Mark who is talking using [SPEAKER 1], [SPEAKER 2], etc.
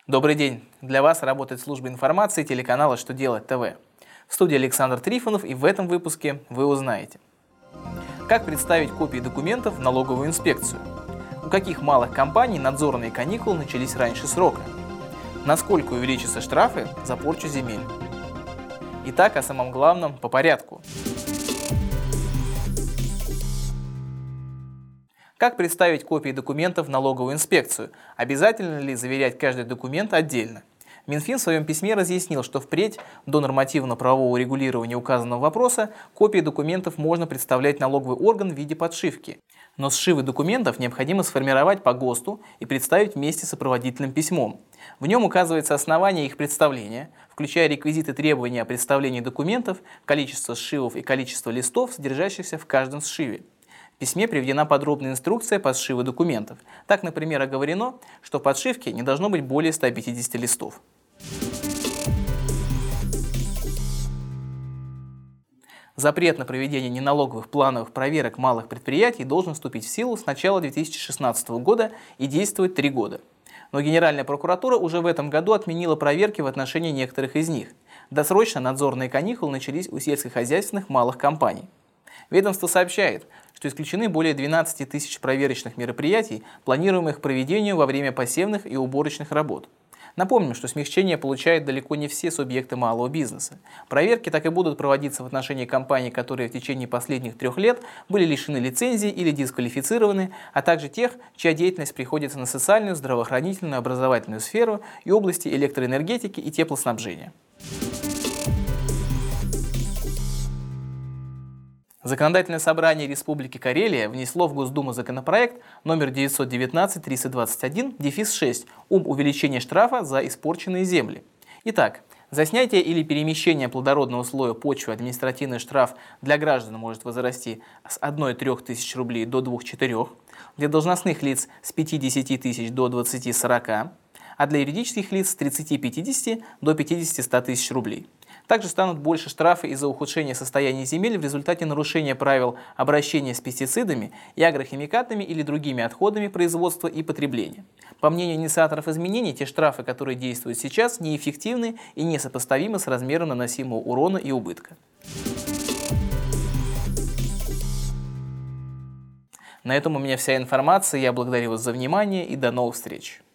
[SPEAKER 1] Добрый день! Для вас работает служба информации телеканала «Что делать ТВ». В студии Александр Трифонов, и в этом выпуске вы узнаете: как представить копии документов в налоговую инспекцию, у каких малых компаний надзорные каникулы начались раньше срока, насколько увеличатся штрафы за порчу земель. Итак, о самом главном по порядку. Как представить копии документов в налоговую инспекцию? Обязательно ли заверять каждый документ отдельно? Минфин в своем письме разъяснил, что впредь до нормативно-правового регулирования указанного вопроса копии документов можно представлять налоговый орган в виде подшивки. Но сшивы документов необходимо сформировать по ГОСТу и представить вместе с сопроводительным письмом. В нем указывается основание их представления, включая реквизиты требования о представлении документов, количество сшивов и количество листов, содержащихся в каждом сшиве. В письме приведена подробная инструкция по сшиву документов. Так, например, оговорено, что в подшивке не должно быть более 150 листов. Запрет на проведение неналоговых плановых проверок малых предприятий должен вступить в силу с начала 2016 года и действовать 3 года. Но Генеральная прокуратура уже в этом году отменила проверки в отношении некоторых из них. Досрочно надзорные каникулы начались у сельскохозяйственных малых компаний. Ведомство сообщает, что исключены более 12 тысяч проверочных мероприятий, планируемых к проведению во время посевных и уборочных работ. Напомним, что смягчение получают далеко не все субъекты малого бизнеса. Проверки так и будут проводиться в отношении компаний, которые в течение последних 3 лет были лишены лицензии или дисквалифицированы, а также тех, чья деятельность приходится на социальную, здравоохранительную, образовательную сферу и области электроэнергетики и теплоснабжения. Законодательное собрание Республики Карелия внесло в Госдуму законопроект номер 919-321-6 об увеличении штрафа за испорченные земли. Итак, за снятие или перемещение плодородного слоя почвы административный штраф для граждан может возрасти с 1-3 тысяч рублей до 2-4, для должностных лиц с 5-10 тысяч до 20-40, а для юридических лиц с 30-50 до 50-100 тысяч рублей. Также станут больше штрафы из-за ухудшения состояния земель в результате нарушения правил обращения с пестицидами и агрохимикатами или другими отходами производства и потребления. По мнению инициаторов изменений, те штрафы, которые действуют сейчас, неэффективны и несопоставимы с размером наносимого урона и убытка. На этом у меня вся информация. Я благодарю вас за внимание и до новых встреч.